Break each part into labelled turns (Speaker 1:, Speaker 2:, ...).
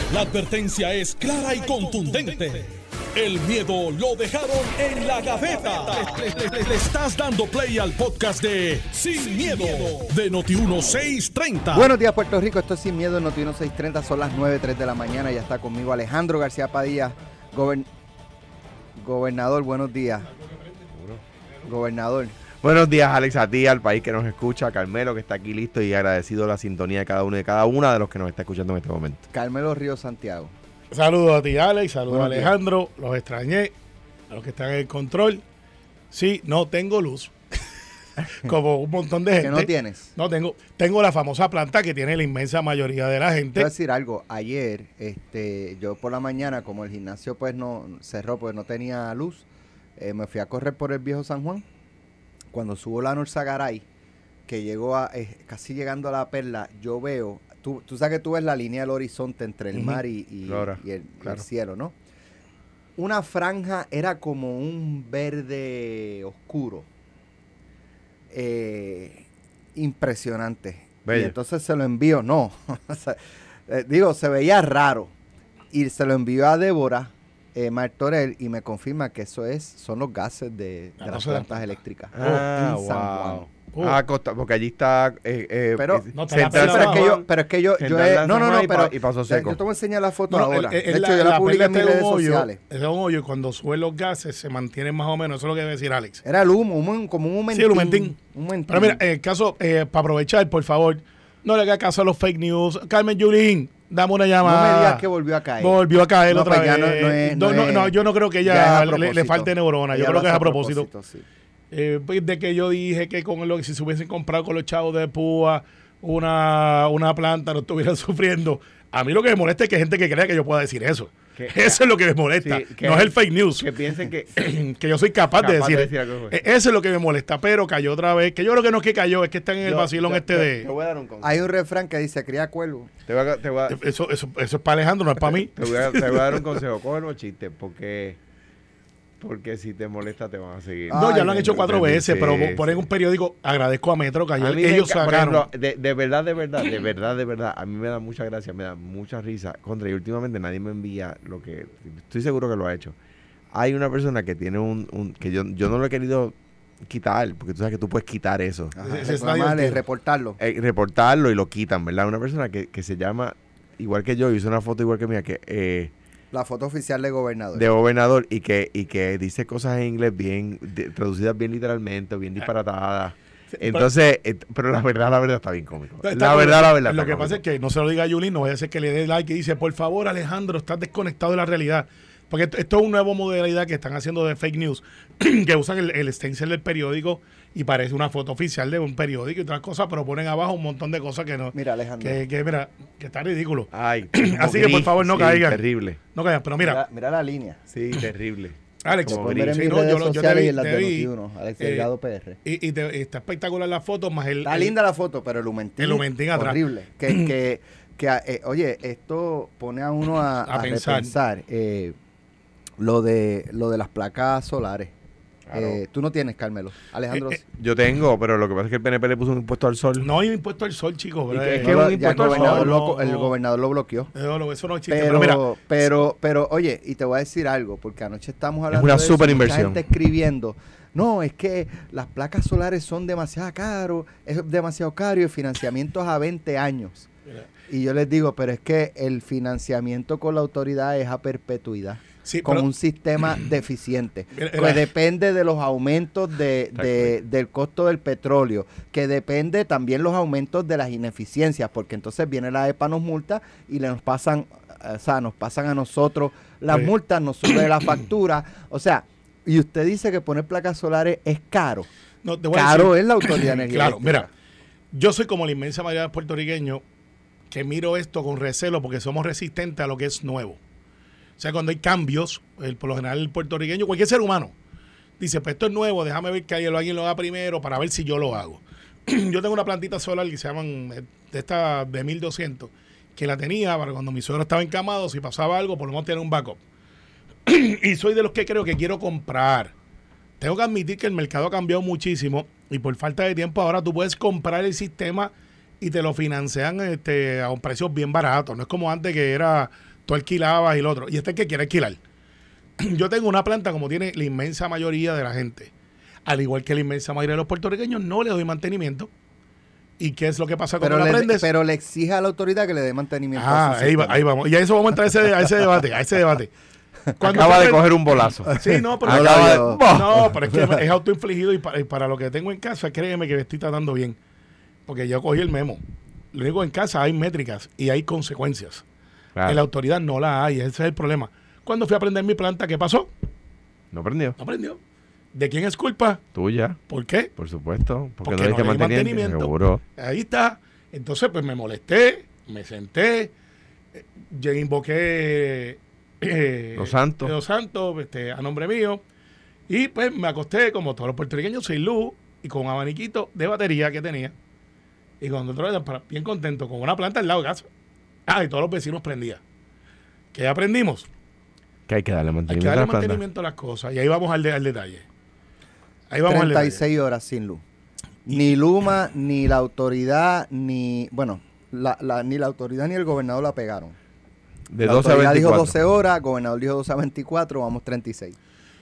Speaker 1: La advertencia es clara y contundente. El miedo lo dejaron en la gaveta. Le estás dando play al podcast de Sin Miedo de Noti1630.
Speaker 2: Buenos días, Puerto Rico. Esto es Sin Miedo en Noti1630. Son las 9:03 de la mañana. Ya está conmigo Alejandro García Padilla, gobernador. Buenos días. Gobernador.
Speaker 3: Buenos días, Alex, a ti, al país que nos escucha, a Carmelo, que está aquí listo y agradecido la sintonía de cada uno y de cada una de los que nos está escuchando en este momento.
Speaker 2: Carmelo Ríos Santiago.
Speaker 4: Saludos a ti, Alex, saludos
Speaker 2: Buenos
Speaker 4: a Alejandro, los extrañé, a los que están en el control. Sí, no tengo luz, como un montón de gente.
Speaker 2: ¿Qué no tienes?
Speaker 4: No tengo la famosa planta que tiene la inmensa mayoría de la gente.
Speaker 2: Te voy a decir algo, ayer, yo por la mañana, como el gimnasio pues no cerró, pues no tenía luz, me fui a correr por el viejo San Juan. Cuando subo la Norzagaray, que llegó a casi llegando a la Perla, yo veo, tú sabes que tú ves la línea del horizonte entre el mar y el cielo, ¿no? Una franja era como un verde oscuro, impresionante. Bello. Y entonces se lo envío, se veía raro, y se lo envió a Débora Martorell y me confirma que son los gases de las plantas eléctricas.
Speaker 3: En San Juan. Porque allí está
Speaker 2: pero es que yo
Speaker 3: y pasó seco.
Speaker 2: Yo te voy a enseñar la foto ahora.
Speaker 4: De hecho, yo la publiqué en mis redes sociales. Es un hoyo y cuando suben los gases se mantienen más o menos. Eso es lo que debe decir Alex.
Speaker 2: Era el humo, como un mentín.
Speaker 4: Sí, un mentín. Pero mira, en el caso, para aprovechar, por favor, no le haga caso a los fake news. Carmen Yulín, dame una llamada.
Speaker 2: No me digas que volvió a caer.
Speaker 4: Volvió a caer otra vez. No, yo no creo que ella le falte neurona. Yo creo que es a propósito.
Speaker 2: Sí.
Speaker 4: De que yo dije que con lo que si se hubiesen comprado con los chavos de púa una planta no estuvieran sufriendo. A mí lo que me molesta es que hay gente que crea que yo pueda decir eso. Eso es lo que me molesta. Sí, no es el fake news.
Speaker 3: Que piensen que
Speaker 4: yo soy capaz de decir algo. Eso es lo que me molesta, pero cayó otra vez. Que yo creo que no es que cayó, es que está en el vacilón
Speaker 3: Te voy a dar un consejo.
Speaker 2: Hay un refrán que dice, cría cuervo.
Speaker 4: Eso es para Alejandro, no es para mí.
Speaker 3: Te voy a dar un consejo. Coge los chistes, porque si te molesta te van a seguir.
Speaker 4: No, ya lo han hecho 4 veces, pero ponen un periódico. Agradezco a Metro que ayer ellos sacaron.
Speaker 3: De verdad, a mí me da mucha gracia, me da mucha risa. Y últimamente nadie me envía lo que... Estoy seguro que lo ha hecho. Hay una persona que tiene que yo no lo he querido quitar, porque tú sabes que tú puedes quitar eso. Reportarlo y lo quitan, ¿verdad? Una persona que se llama, igual que yo, hizo una foto igual que mía, que...
Speaker 2: la foto oficial de gobernador.
Speaker 3: De gobernador y que dice cosas en inglés traducidas bien literalmente, bien disparatadas. Entonces, pero la verdad está bien cómico. La verdad.
Speaker 4: Lo que pasa es que no se lo diga a Yulín, no vaya a ser que le dé like y dice, por favor, Alejandro, estás desconectado de la realidad. Porque esto es una nueva modalidad que están haciendo de fake news, que usan el stencil del periódico y parece una foto oficial de un periódico y otras cosas, pero ponen abajo un montón de cosas que no.
Speaker 2: Mira, Alejandro.
Speaker 4: Que está ridículo.
Speaker 3: Ay,
Speaker 4: así que por favor no caigan.
Speaker 3: Terrible.
Speaker 4: No caigan, pero mira
Speaker 2: la línea.
Speaker 3: Sí, terrible.
Speaker 4: Alex,
Speaker 2: como ver en mis redes sociales y en las de Noti1, Alex Delgado PR.
Speaker 4: Y está espectacular la foto, más
Speaker 2: está linda la foto, pero el Humentín
Speaker 4: atrás.
Speaker 2: Horrible. Oye, esto pone a uno a repensar lo de las placas solares. Claro. Tú no tienes, Carmelo. Alejandro.
Speaker 3: Yo tengo, pero lo que pasa es que el PNP le puso un impuesto al sol.
Speaker 4: No hay un impuesto al sol, chicos.
Speaker 3: Es que un impuesto al sol.
Speaker 2: El gobernador lo bloqueó.
Speaker 4: Eso no existe.
Speaker 2: Pero, oye, y te voy a decir algo, porque anoche estamos hablando
Speaker 3: de eso,
Speaker 2: mucha gente escribiendo, no, es que las placas solares son demasiado caro y el financiamiento es a 20 años. Mira. Y yo les digo, pero es que el financiamiento con la autoridad es a perpetuidad. Sí, con un sistema deficiente, que depende de los aumentos del costo del petróleo, que depende también los aumentos de las ineficiencias, porque entonces viene la EPA, nos multa y nos pasan a nosotros las multas, nos sube la factura, y usted dice que poner placas solares es caro.
Speaker 4: No, te voy
Speaker 2: caro
Speaker 4: a decir,
Speaker 2: es la autoridad energética.
Speaker 4: Claro, mira, yo soy como la inmensa mayoría de puertorriqueños que miro esto con recelo porque somos resistentes a lo que es nuevo. O sea, cuando hay cambios, por lo general el puertorriqueño, cualquier ser humano, dice, pues esto es nuevo, déjame ver que alguien lo haga primero para ver si yo lo hago. Yo tengo una plantita solar que se llaman, de 1200, que la tenía para cuando mi suegro estaba encamado, si pasaba algo, por lo menos tener un backup. Y soy de los que creo que quiero comprar. Tengo que admitir que el mercado ha cambiado muchísimo y por falta de tiempo ahora tú puedes comprar el sistema y te lo financian a un precio bien barato. No es como antes que era tú alquilabas y lo otro. Y este es el que quiere alquilar. Yo tengo una planta como tiene la inmensa mayoría de la gente. Al igual que la inmensa mayoría de los puertorriqueños, no le doy mantenimiento. ¿Y qué es lo que pasa cuando la prendes?
Speaker 2: Pero le exige a la autoridad que le dé mantenimiento.
Speaker 4: Ahí vamos. Y a eso vamos a entrar a ese debate.
Speaker 3: Acaba de coger un bolazo.
Speaker 4: Sí, no, pero, pero es que es autoinfligido y para lo que tengo en casa, créeme que me estoy tratando bien. Porque yo cogí el memo. Lo digo, en casa hay métricas y hay consecuencias. Claro. En la autoridad no la hay, ese es el problema. Cuando fui a prender mi planta, ¿qué pasó?
Speaker 3: No prendió.
Speaker 4: ¿De quién es culpa?
Speaker 3: Tuya.
Speaker 4: ¿Por qué?
Speaker 3: Por supuesto. Porque
Speaker 4: no le di mantenimiento.
Speaker 3: Seguro.
Speaker 4: Ahí está. Entonces, pues me molesté, me senté, yo invoqué
Speaker 3: Los Santos,
Speaker 4: a nombre mío, y pues me acosté como todos los puertorriqueños sin luz y con un abaniquito de batería que tenía. Y cuando bien contento, con una planta al lado de casa. Y todos los vecinos prendían. ¿Qué aprendimos?
Speaker 3: Que hay que darle mantenimiento
Speaker 4: a las cosas. Y ahí vamos al detalle.
Speaker 2: 36 horas sin luz. Ni Luma, ni la autoridad, ni... Bueno, ni la autoridad ni el gobernador la pegaron.
Speaker 3: De
Speaker 2: la
Speaker 3: 12 a 24.
Speaker 2: La autoridad dijo 12 horas, el gobernador dijo 12 a 24, vamos 36.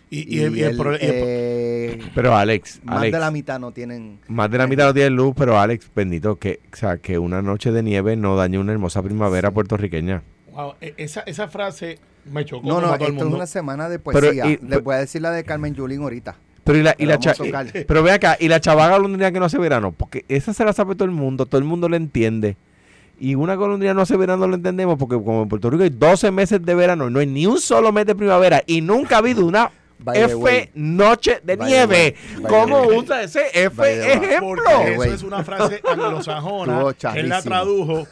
Speaker 3: Pero Alex,
Speaker 2: más de la mitad no tienen...
Speaker 3: Más de la mitad no tienen luz, pero Alex, bendito, que una noche de nieve no dañe una hermosa primavera puertorriqueña.
Speaker 4: Wow, esa frase me chocó.
Speaker 2: No, esto es una semana de poesía. Les voy a decir la de Carmen Yulín ahorita.
Speaker 3: Pero ve acá, y la chavaga golondrina que no hace verano, porque esa se la sabe todo el mundo lo entiende. Y una golondrina no hace verano lo entendemos, porque como en Puerto Rico hay 12 meses de verano, no hay ni un solo mes de primavera, y nunca ha habido una noche de nieve. ¿Cómo usa ese ejemplo?
Speaker 4: Porque eso es una frase anglosajona. Él la tradujo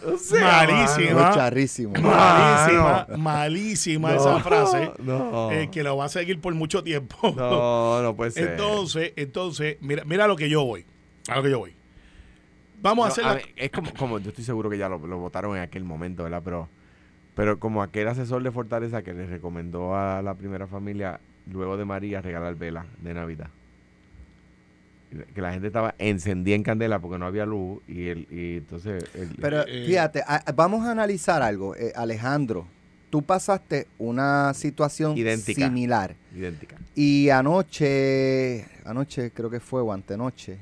Speaker 4: malísima esa frase. Que la va a seguir por mucho tiempo.
Speaker 3: No puede ser.
Speaker 4: Entonces, mira a lo que yo voy. Vamos a hacer
Speaker 3: es como yo estoy seguro que ya lo votaron en aquel momento, ¿verdad? Pero como aquel asesor de Fortaleza que le recomendó a la primera familia luego de María regalar velas de Navidad, que la gente estaba encendida en candela porque no había luz y entonces
Speaker 2: pero fíjate, vamos a analizar algo. Alejandro, tú pasaste una situación similar,
Speaker 3: idéntica,
Speaker 2: y anoche creo que fue, o antenoche,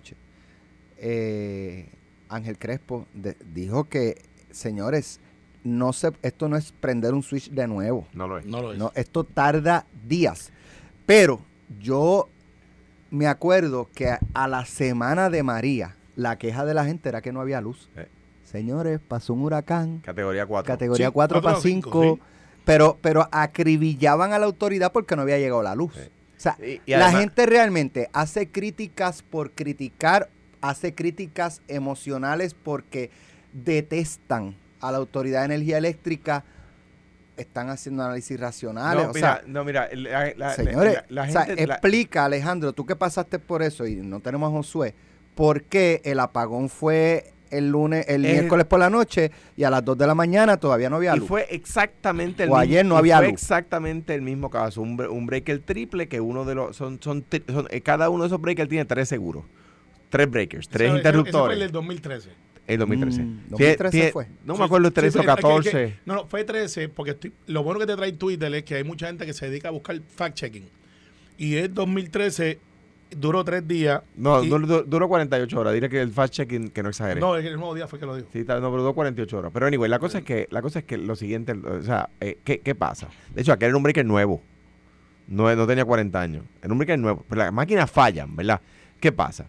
Speaker 2: Ángel Crespo dijo que, señores, esto no es prender un switch de nuevo.
Speaker 3: No lo es.
Speaker 2: No, esto tarda días. Pero yo me acuerdo que a la semana de María, la queja de la gente era que no había luz. Señores, pasó un huracán.
Speaker 3: Categoría 4.
Speaker 2: Categoría 4 para 5. Sí. Pero acribillaban a la autoridad porque no había llegado la luz. Sí. O sea, y además, la gente realmente hace críticas por criticar, hace críticas emocionales porque detestan a la Autoridad de Energía Eléctrica, están haciendo análisis racionales. Señores, la gente, explica, Alejandro, tú que pasaste por eso y no tenemos a Josué, ¿por qué el apagón fue el miércoles por la noche y a las 2 de la mañana todavía no había luz?
Speaker 3: Y fue exactamente
Speaker 2: ayer no había luz.
Speaker 3: Fue exactamente el mismo caso, un breaker triple que uno de los cada uno de esos breakers tiene 3 seguros. 3 breakers, 3 interruptores. Eso
Speaker 4: fue el del 2013.
Speaker 3: El 2013.
Speaker 2: 2013 fue.
Speaker 3: No me acuerdo, 13 o 14.
Speaker 4: No, fue 13, porque lo bueno que te trae Twitter es que hay mucha gente que se dedica a buscar fact-checking. Y es 2013, duró 3 días.
Speaker 3: No, duró 48 horas. Dile que el fact-checking, que no exagere.
Speaker 4: No, el nuevo día fue que lo dijo.
Speaker 3: Sí, pero duró 48 horas. Pero anyway, la cosa es que lo siguiente, o sea, ¿qué pasa? De hecho, aquel era un breaker nuevo. No tenía 40 años. Era un breaker nuevo. Pero las máquinas fallan, ¿verdad? ¿Qué pasa?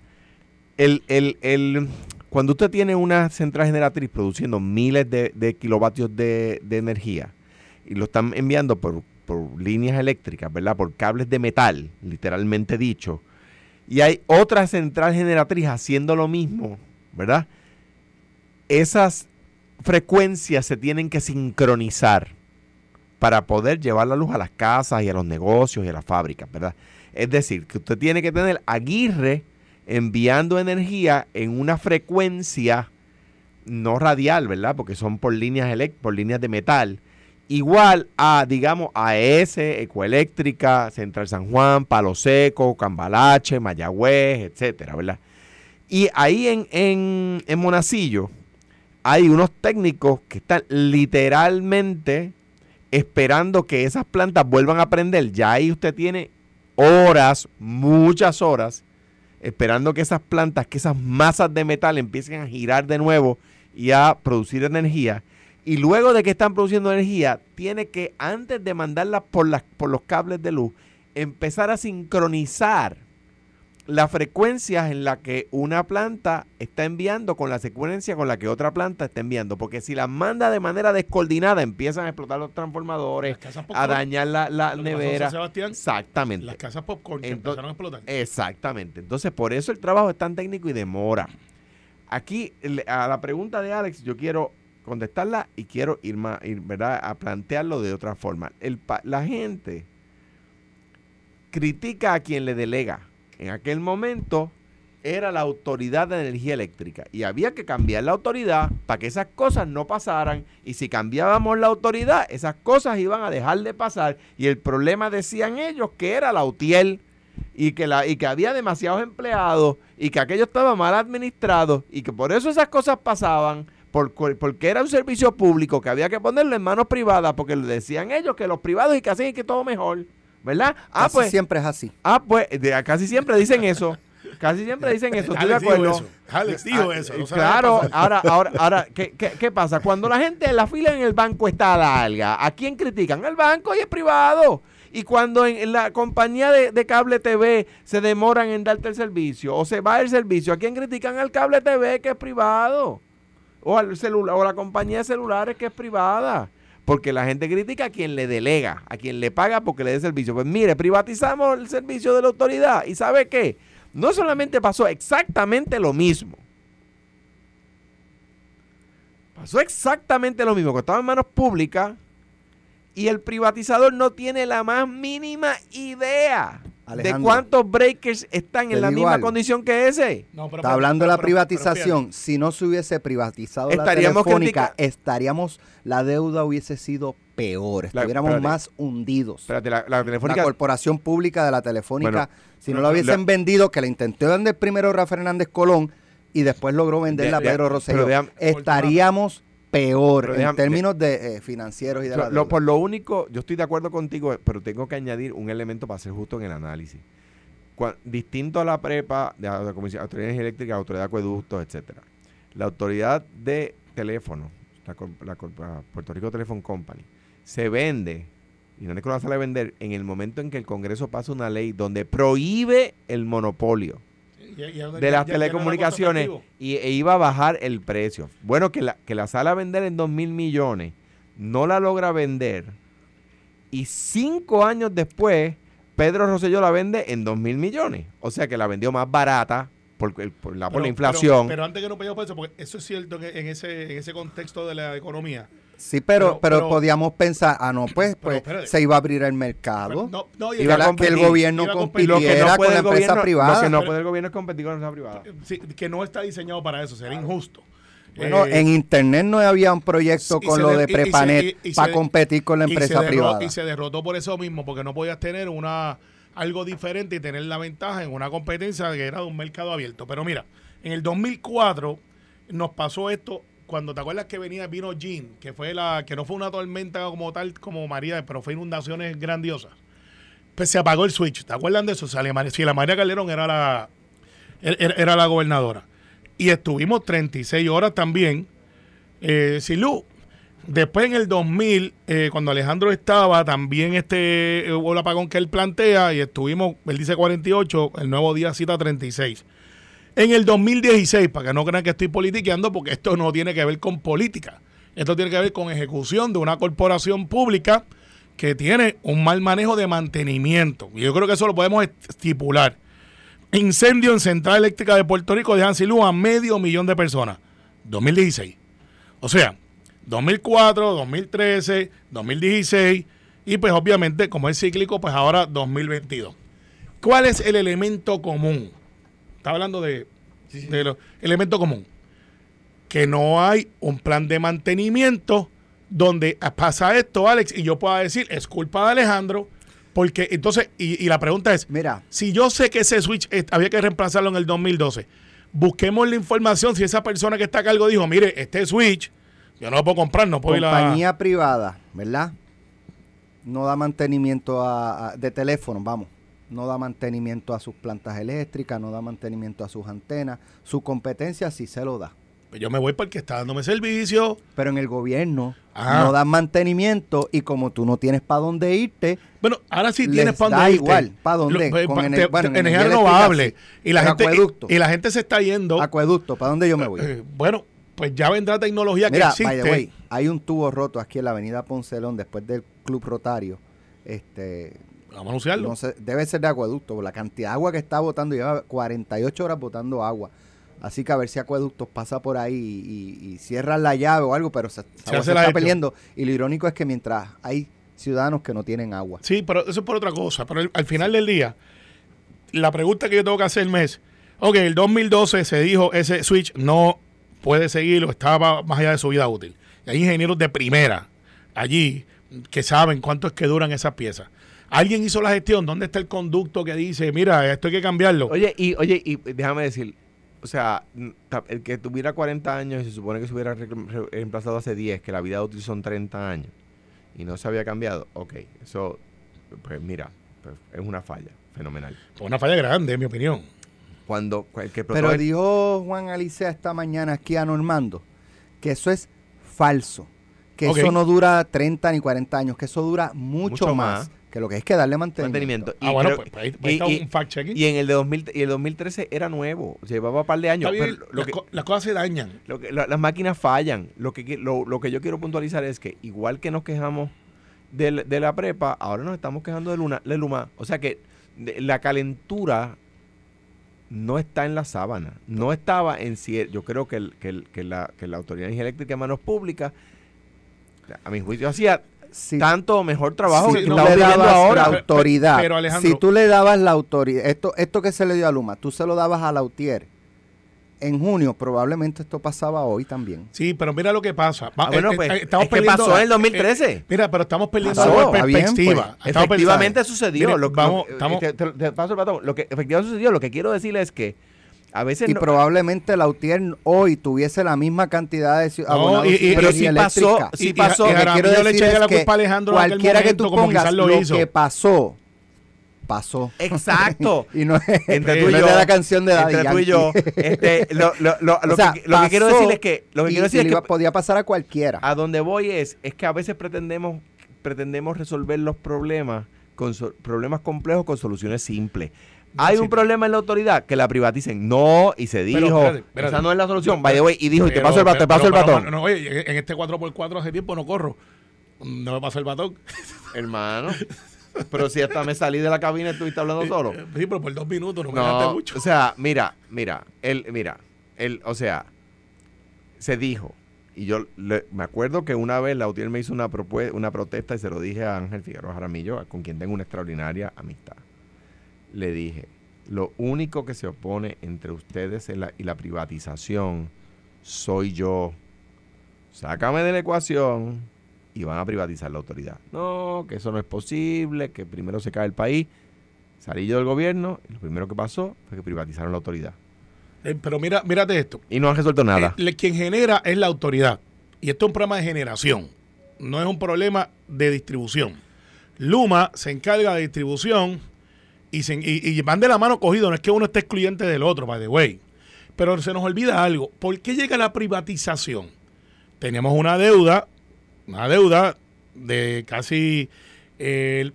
Speaker 3: Cuando usted tiene una central generatriz produciendo miles de kilovatios de energía y lo están enviando por líneas eléctricas, ¿verdad? Por cables de metal, literalmente dicho, y hay otra central generatriz haciendo lo mismo, ¿verdad? Esas frecuencias se tienen que sincronizar para poder llevar la luz a las casas y a los negocios y a las fábricas, ¿verdad? Es decir, que usted tiene que tener Aguirre enviando energía en una frecuencia no radial, ¿verdad? Porque son por líneas de metal, igual a, digamos, AES, Ecoeléctrica, Central San Juan, Palo Seco, Cambalache, Mayagüez, etcétera, ¿verdad? Y ahí en Monacillo hay unos técnicos que están literalmente esperando que esas plantas vuelvan a prender. Ya ahí usted tiene horas, muchas horas, esperando que esas plantas, que esas masas de metal empiecen a girar de nuevo y a producir energía. Y luego de que están produciendo energía, tiene que, antes de mandarlas por los cables de luz, empezar a sincronizar las frecuencias en la que una planta está enviando con la secuencia con la que otra planta está enviando. Porque si las manda de manera descoordinada, empiezan a explotar los transformadores, a dañar la nevera.
Speaker 4: Sebastián,
Speaker 3: exactamente.
Speaker 4: Las casas popcorn empezaron a explotar.
Speaker 3: Exactamente. Entonces, por eso el trabajo es tan técnico y demora. Aquí, a la pregunta de Alex, yo quiero contestarla y quiero ir ¿verdad?, a plantearlo de otra forma. La gente critica a quien le delega. En aquel momento era la Autoridad de Energía Eléctrica y había que cambiar la autoridad para que esas cosas no pasaran, y si cambiábamos la autoridad, esas cosas iban a dejar de pasar, y el problema, decían ellos, que era la UTIEL y que había demasiados empleados y que aquello estaba mal administrado y que por eso esas cosas pasaban, porque era un servicio público que había que ponerlo en manos privadas, porque le decían ellos que los privados y que así y que todo mejor, ¿verdad?
Speaker 2: Casi siempre es así.
Speaker 3: Casi siempre dicen eso. Casi siempre dicen eso. ¿Estoy de acuerdo?
Speaker 4: Alex dijo eso.
Speaker 3: Claro, ahora, ¿qué pasa? Cuando la gente en la fila en el banco está larga, ¿a quién critican? Al banco, y es privado. Y cuando en la compañía de cable TV se demoran en darte el servicio o se va el servicio, ¿a quién critican? Al cable TV, que es privado. O al celular, o la compañía de celulares, que es privada. Porque la gente critica a quien le delega, a quien le paga porque le dé servicio. Pues mire, privatizamos el servicio de la autoridad. ¿Y sabe qué? No solamente pasó exactamente lo mismo. Pasó exactamente lo mismo, que estaba en manos públicas y el privatizador no tiene la más mínima idea, Alejandro, de cuántos breakers están en la misma condición que ese.
Speaker 2: No, está hablando de la privatización. Si no se hubiese privatizado la telefónica, la deuda hubiese sido peor. Estuviéramos más hundidos.
Speaker 3: La telefónica,
Speaker 2: la corporación pública de la telefónica, si no la hubiesen vendido, que la intentó vender primero Rafael Hernández Colón y después logró venderla a Pedro Rosselló, estaríamos peor en términos de financieros y de la deuda.
Speaker 3: Por lo único, yo estoy de acuerdo contigo, pero tengo que añadir un elemento para ser justo en el análisis. Distinto a la PREPA, de la Comisión de Autoridad de Energía Eléctrica, Autoridad de Acueductos, etcétera. La Autoridad de Teléfono, la Puerto Rico Telephone Company, se vende, y no es que lo sale a vender, en el momento en que el Congreso pasa una ley donde prohíbe el monopolio de las telecomunicaciones e iba a bajar el precio. Bueno, que la sale a vender en 2,000 millones, no la logra vender, y 5 años después Pedro Rosselló la vende en 2,000 millones. O sea que la vendió más barata por la inflación.
Speaker 4: Pero antes que no peleemos por eso, porque eso es cierto en ese contexto de la economía.
Speaker 2: Sí, pero podíamos pensar, se iba a abrir el mercado, que el gobierno compitiera con la empresa privada.
Speaker 3: Lo que no puede el gobierno es competir con la empresa privada.
Speaker 4: Sí, que no está diseñado para eso, sería injusto.
Speaker 2: Bueno, en internet no había un proyecto con lo de Prepanet para competir con la empresa privada.
Speaker 4: Y se derrotó por eso mismo, porque no podías tener algo diferente y tener la ventaja en una competencia que era de un mercado abierto. Pero mira, en el 2004 nos pasó esto. Cuando te acuerdas que vino Jean, que no fue una tormenta como tal, como María, pero fue inundaciones grandiosas, pues se apagó el switch. ¿Te acuerdan de eso? Si la María Calderón era la gobernadora. Y estuvimos 36 horas también sin luz. Después en el 2000, cuando Alejandro estaba, también hubo el apagón que él plantea y estuvimos, él dice 48, el nuevo día cita 36. En el 2016, para que no crean que estoy politiqueando, porque esto no tiene que ver con política. Esto tiene que ver con ejecución de una corporación pública que tiene un mal manejo de mantenimiento. Y yo creo que eso lo podemos estipular. Incendio en Central Eléctrica de Puerto Rico dejan sin luz a 500,000 de personas. 2016. O sea, 2004, 2013, 2016 y pues obviamente, como es cíclico, pues ahora 2022. ¿Cuál es el elemento común? Está hablando de los elementos comunes. Que no hay un plan de mantenimiento donde pasa esto, Alex, y yo pueda decir, es culpa de Alejandro, porque entonces, y la pregunta es,
Speaker 2: mira,
Speaker 4: si yo sé que ese switch había que reemplazarlo en el 2012, busquemos la información si esa persona que está a cargo dijo, mire, este switch, yo no lo puedo comprar, no puedo ir a...
Speaker 2: Compañía privada, ¿verdad? no da mantenimiento de teléfono, vamos. No da mantenimiento a sus plantas eléctricas, no da mantenimiento a sus antenas. Su competencia sí se lo da.
Speaker 4: Yo me voy porque está dándome servicio.
Speaker 2: Pero en el gobierno no dan mantenimiento y como tú no tienes para dónde irte.
Speaker 4: Bueno, ahora sí tienes para dónde irte.
Speaker 2: Igual, ¿para dónde?
Speaker 4: Energía renovable.
Speaker 2: Sí.
Speaker 4: Y la gente se está yendo.
Speaker 2: Acueducto, ¿para dónde yo me voy?
Speaker 4: Bueno, pues ya vendrá tecnología.
Speaker 2: Mira,
Speaker 4: que existe.
Speaker 2: by the way, hay un tubo roto aquí en la avenida Poncelón después del Club Rotario.
Speaker 4: Vamos a anunciarlo.
Speaker 2: No sé, debe ser de acueducto, por la cantidad de agua que está botando, lleva 48 horas botando agua. Así que a ver si Acueductos pasa por ahí y cierran la llave o algo, pero se está perdiendo. Y lo irónico es que mientras hay ciudadanos que no tienen agua.
Speaker 4: Sí, pero eso es por otra cosa. Pero al final del día, la pregunta que yo tengo que hacerme es, ok, el 2012 se dijo ese switch no puede seguir o estaba más allá de su vida útil. Y hay ingenieros de primera allí que saben cuánto es que duran esas piezas. ¿Alguien hizo la gestión? ¿Dónde está el conducto que dice, mira, esto hay que cambiarlo?
Speaker 3: Oye, y déjame decir, o sea, el que tuviera 40 años y se supone que se hubiera reemplazado hace 10, que la vida útil son 30 años y no se había cambiado, ok, eso, pues mira, pues es una falla fenomenal.
Speaker 4: Una falla grande, en mi opinión.
Speaker 2: Pero dijo Juan Alicea esta mañana aquí a Normando que eso es falso, que eso no dura 30 ni 40 años, que eso dura mucho más. Que lo que es que darle mantenimiento.
Speaker 4: Bueno, pues ahí está un fact checking.
Speaker 3: Y en el 2013 era nuevo, llevaba un par de años.
Speaker 4: Bien, pero las cosas se dañan.
Speaker 3: Las máquinas fallan. Lo que yo quiero puntualizar es que igual que nos quejamos de la prepa, ahora nos estamos quejando de Luma. O sea que la calentura no está en la sábana, no estaba en yo creo que la Autoridad de Energía Eléctrica y Manos Públicas, a mi juicio, hacía tanto o mejor trabajo
Speaker 2: que estamos viviendo ahora. La autoridad,
Speaker 4: pero Alejandro,
Speaker 2: si tú le dabas la autoridad, esto que se le dio a Luma, tú se lo dabas a Lautier en junio, probablemente esto pasaba hoy también.
Speaker 4: Sí, pero mira lo que pasa.
Speaker 3: Estamos ¿qué pasó en el 2013?
Speaker 4: Mira, pero estamos perdiendo la perspectiva.
Speaker 3: Pues, efectivamente sucedió. Te paso el batón. Lo que efectivamente sucedió, lo que quiero decir es que a veces
Speaker 2: probablemente Lautier hoy tuviese la misma cantidad de
Speaker 3: pero si pasó,
Speaker 4: lo que quiero decir es que
Speaker 2: cualquiera que tú pongas lo que pasó.
Speaker 3: Exacto.
Speaker 2: Y no es entre tú y yo, la canción de Daddy
Speaker 3: Yankee. Tú y yo. Lo que quiero decir es que
Speaker 2: podía pasar a cualquiera.
Speaker 3: A donde voy es que a veces pretendemos resolver los problemas problemas complejos con soluciones simples. Hay un problema en la autoridad, que la privaticen. No, y se dijo, espérate. Esa no es la solución. By the way, y dijo, y te paso el batón.
Speaker 4: No, oye, en este 4x4 hace tiempo no corro. No me pasó el batón.
Speaker 3: Hermano. Pero si hasta me salí de la cabina y estuviste hablando solo.
Speaker 4: Sí, pero por 2 minutos no me dejaste mucho.
Speaker 3: O sea, mira, o sea, se dijo, y yo me acuerdo que una vez Lautier me hizo una protesta y se lo dije a Ángel Figueroa Jaramillo, con quien tengo una extraordinaria amistad. Le dije, lo único que se opone entre ustedes y la privatización soy yo. Sácame de la ecuación y van a privatizar la autoridad. No, que eso no es posible, que primero se cae el país. Salí yo del gobierno y lo primero que pasó fue que privatizaron la autoridad.
Speaker 4: Pero mírate esto.
Speaker 3: Y no han resuelto nada.
Speaker 4: Quien genera es la autoridad. Y esto es un problema de generación. No es un problema de distribución. Luma se encarga de distribución y van de la mano cogido. No es que uno esté excluyente del otro, by the way. Pero se nos olvida algo. ¿Por qué llega la privatización? Tenemos una deuda de casi el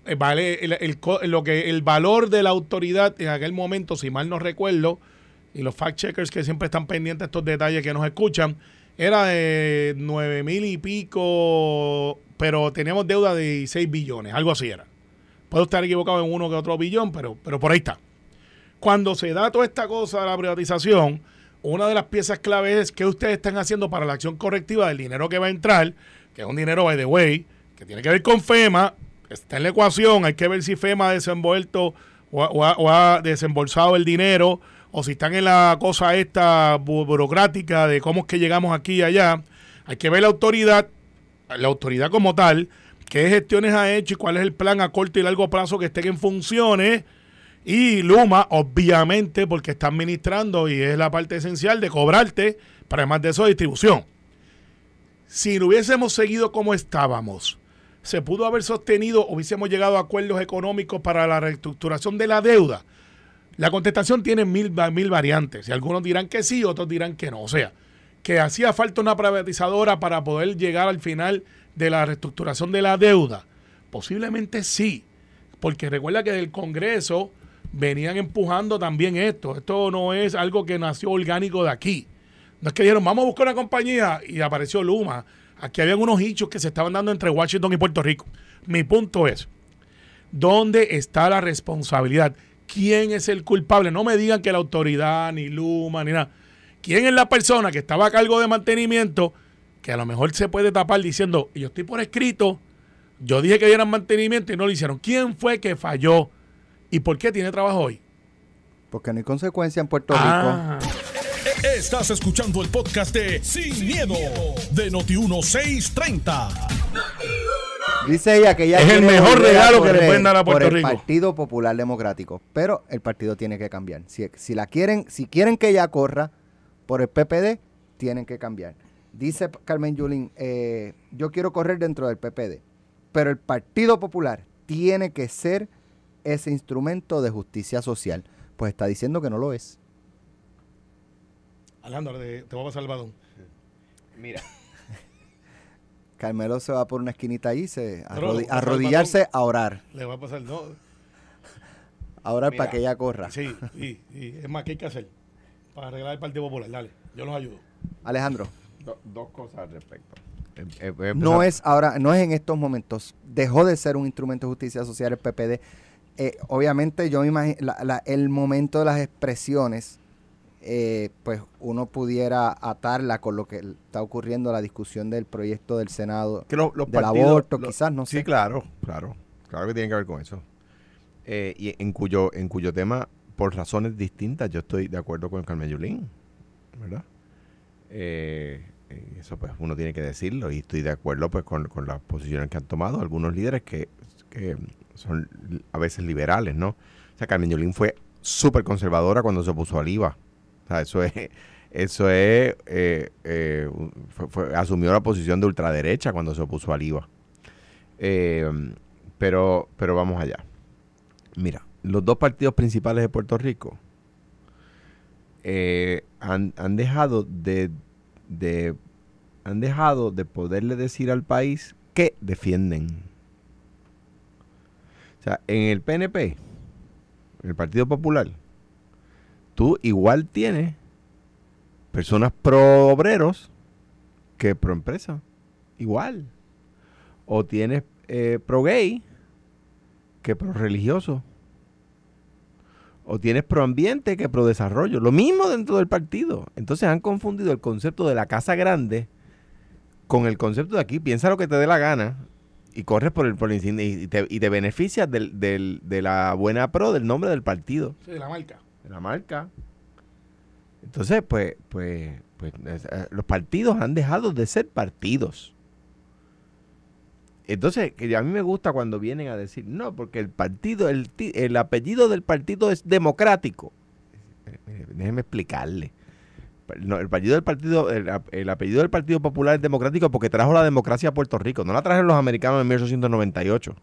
Speaker 4: valor de la autoridad en aquel momento, si mal no recuerdo, y los fact checkers que siempre están pendientes de estos detalles que nos escuchan, era de 9,000 y pico, pero teníamos deuda de 16 billones, algo así era. Puedo estar equivocado en uno que otro billón, pero por ahí está. Cuando se da toda esta cosa de la privatización, una de las piezas clave es qué ustedes están haciendo para la acción correctiva del dinero que va a entrar, que es un dinero, by the way, que tiene que ver con FEMA, está en la ecuación, hay que ver si FEMA ha desenvuelto o ha desembolsado el dinero, o si están en la cosa esta burocrática de cómo es que llegamos aquí y allá. Hay que ver la autoridad como tal, qué gestiones ha hecho y cuál es el plan a corto y largo plazo que estén en funciones. Y Luma, obviamente, porque está administrando y es la parte esencial de cobrarte, para además de eso, distribución. Si lo hubiésemos seguido como estábamos, se pudo haber sostenido, hubiésemos llegado a acuerdos económicos para la reestructuración de la deuda? La contestación tiene mil variantes. Y algunos dirán que sí, otros dirán que no. O sea, que hacía falta una privatizadora para poder llegar al final de la reestructuración de la deuda. Posiblemente sí, porque recuerda que del Congreso venían empujando también esto. Esto no es algo que nació orgánico de aquí. No es que dijeron, vamos a buscar una compañía y apareció Luma. Aquí habían unos hechos que se estaban dando entre Washington y Puerto Rico. Mi punto es, ¿dónde está la responsabilidad? ¿Quién es el culpable? No me digan que la autoridad, ni Luma, ni nada. ¿Quién es la persona que estaba a cargo de mantenimiento que a lo mejor se puede tapar diciendo, yo estoy por escrito, yo dije que dieran mantenimiento y no lo hicieron? ¿Quién fue que falló? ¿Y por qué tiene trabajo hoy?
Speaker 2: Porque no hay consecuencia en Puerto Rico.
Speaker 1: Estás escuchando el podcast de Sin Miedo de Noti1630.
Speaker 2: Dice ella que ella
Speaker 4: es el
Speaker 2: quiere
Speaker 4: mejor
Speaker 2: volver a
Speaker 4: regalo que le
Speaker 2: correr
Speaker 4: pueden dar a
Speaker 2: por
Speaker 4: Puerto
Speaker 2: el
Speaker 4: Rico.
Speaker 2: Partido Popular Democrático, pero el partido tiene que cambiar. Si quieren que ella corra por el PPD, tienen que cambiar. Dice Carmen Yulín, yo quiero correr dentro del PPD, pero el Partido Popular tiene que ser ese instrumento de justicia social. Pues está diciendo que no lo es.
Speaker 4: Alejandro, te voy a pasar el balón.
Speaker 3: Mira.
Speaker 2: Carmelo se va por una esquinita ahí,
Speaker 4: Pero,
Speaker 2: arrodillarse a orar.
Speaker 4: Le va a pasar, no.
Speaker 2: A orar
Speaker 3: Mira.
Speaker 2: para que ella corra.
Speaker 4: Sí, y es más, ¿qué hay que hacer para arreglar el Partido Popular? Dale, yo los ayudo.
Speaker 2: Alejandro.
Speaker 3: Dos cosas al respecto.
Speaker 2: No es en estos momentos. Dejó de ser un instrumento de justicia social el PPD. Obviamente yo me imagino el momento de las expresiones, pues uno pudiera atarla con lo que está ocurriendo, la discusión del proyecto del Senado
Speaker 3: que los
Speaker 2: del
Speaker 3: partidos,
Speaker 2: aborto, quizás, no sé.
Speaker 3: Sí, claro que tiene que ver con eso. Y en cuyo tema, por razones distintas, yo estoy de acuerdo con Carmen Yulín, ¿verdad? Eso pues uno tiene que decirlo, y estoy de acuerdo pues con las posiciones que han tomado algunos líderes que son a veces liberales, ¿no? O sea, Carmen Yulín fue súper conservadora cuando se opuso al IVA. O sea, asumió la posición de ultraderecha cuando se opuso al IVA. Pero vamos allá. Mira, los dos partidos principales de Puerto Rico han dejado de poderle decir al país que defienden. O sea, en el PNP, en el Partido Popular, tú igual tienes personas pro obreros que pro empresa. Igual. O tienes pro gay que pro religioso. O tienes pro ambiente que pro desarrollo. Lo mismo dentro del partido. Entonces han confundido el concepto de la casa grande con el concepto de aquí. Piensa lo que te dé la gana y corres por el y te beneficias de la buena pro del nombre del partido.
Speaker 4: Sí, de la marca.
Speaker 3: De la marca. Entonces, pues los partidos han dejado de ser partidos. Entonces, que a mí me gusta cuando vienen a decir, no, porque el partido, el apellido del partido es democrático. Déjeme explicarle. No, el apellido del Partido Popular es democrático porque trajo la democracia a Puerto Rico. No la trajeron los americanos en 1898.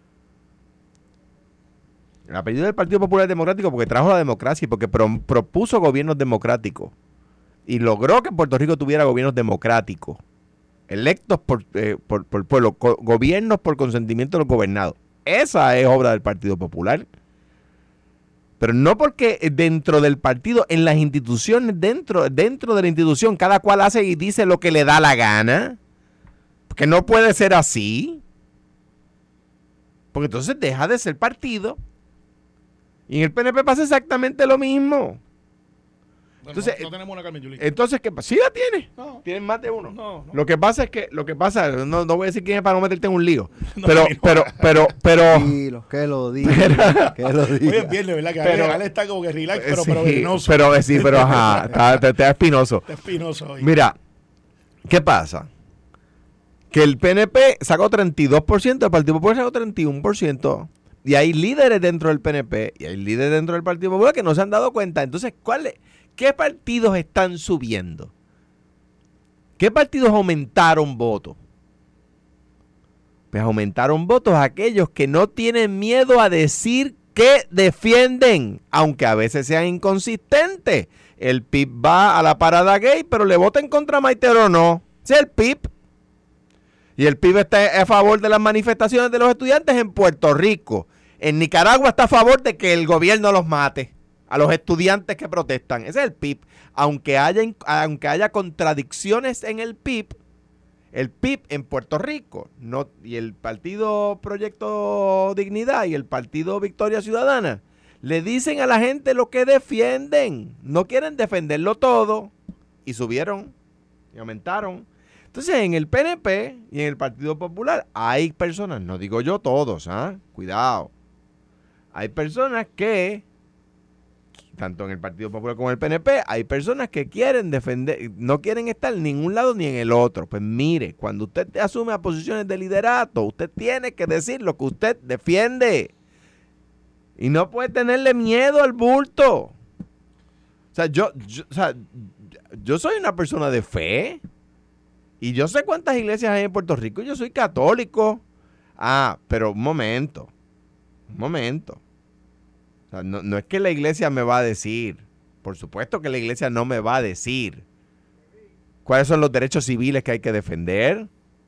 Speaker 3: El apellido del Partido Popular es democrático porque trajo la democracia y porque propuso gobiernos democráticos. Y logró que Puerto Rico tuviera gobiernos democráticos. Electos por pueblo, gobiernos por consentimiento de los gobernados. Esa es obra del Partido Popular. Pero no porque dentro del partido, en las instituciones, dentro de la institución, cada cual hace y dice lo que le da la gana. Porque no puede ser así. Porque entonces deja de ser partido. Y en el PNP pasa exactamente lo mismo.
Speaker 4: Bueno,
Speaker 3: Entonces,
Speaker 4: no tenemos una Carmen Yulín.
Speaker 3: Entonces, ¿qué pasa? Sí la tiene.
Speaker 4: No.
Speaker 3: Tienen más de uno.
Speaker 4: No.
Speaker 3: Lo que pasa, no voy a decir quién es para no meterte en un lío.
Speaker 4: No,
Speaker 3: pero.
Speaker 2: Tranquilo, que lo diga. Que lo diga.
Speaker 4: Hoy es viernes, ¿verdad? Que Ale está como que relax, pero
Speaker 3: sí,
Speaker 4: venenoso.
Speaker 3: pero ajá, está espinoso.
Speaker 4: Está espinoso hoy.
Speaker 3: Mira, ¿qué pasa? Que el PNP sacó 32%, el Partido Popular sacó 31%. Y hay líderes dentro del PNP y hay líderes dentro del Partido Popular que no se han dado cuenta. Entonces, ¿qué partidos están subiendo? ¿Qué partidos aumentaron votos? Pues aumentaron votos aquellos que no tienen miedo a decir que defienden, aunque a veces sean inconsistentes. El PIB va a la parada gay, pero le voten contra Maite o no. Ese es el PIB. Y el PIB está a favor de las manifestaciones de los estudiantes en Puerto Rico. En Nicaragua está a favor de que el gobierno los mate a los estudiantes que protestan. Ese es el PIB. Aunque haya contradicciones en el PIB en Puerto Rico y el Partido Proyecto Dignidad y el Partido Victoria Ciudadana le dicen a la gente lo que defienden. No quieren defenderlo todo. Y subieron y aumentaron. Entonces, en el PNP y en el Partido Popular hay personas, no digo yo todos, cuidado. Hay personas que, tanto en el Partido Popular como en el PNP, hay personas que quieren defender, no quieren estar en ningún lado ni en el otro. Pues mire, cuando usted asume a posiciones de liderato, usted tiene que decir lo que usted defiende. Y no puede tenerle miedo al bulto. O sea, yo soy una persona de fe. Y yo sé cuántas iglesias hay en Puerto Rico. Yo soy católico. Pero un momento. O sea, no es que la iglesia me va a decir. Por supuesto que la iglesia no me va a decir cuáles son los derechos civiles que hay que defender.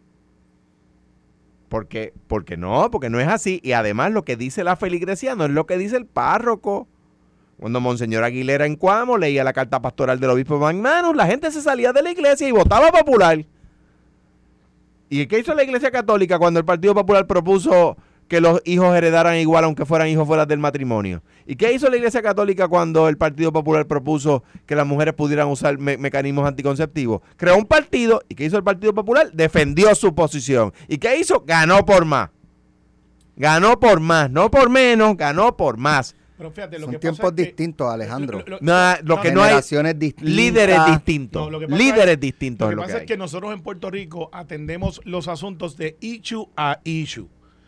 Speaker 3: Porque no es así. Y además lo que dice la feligresía no es lo que dice el párroco. Cuando Monseñor Aguilera en Cuamo leía la carta pastoral del obispo McManus, la gente se salía de la iglesia y votaba popular. ¿Y qué hizo la Iglesia Católica cuando el Partido Popular propuso que los hijos heredaran igual aunque fueran hijos fuera del matrimonio? ¿Y qué hizo la Iglesia Católica cuando el Partido Popular propuso que las mujeres pudieran usar mecanismos anticonceptivos? Creó un partido. ¿Y qué hizo el Partido Popular? Defendió su posición. ¿Y qué hizo? Ganó por más. Ganó por más, no por menos, ganó por más.
Speaker 4: Pero fíjate,
Speaker 2: son tiempos distintos, Alejandro.
Speaker 3: Lo que no hay
Speaker 2: distintas.
Speaker 3: líderes distintos. Líderes distintos.
Speaker 4: Lo que pasa es que nosotros en Puerto Rico atendemos los asuntos de issue a issue.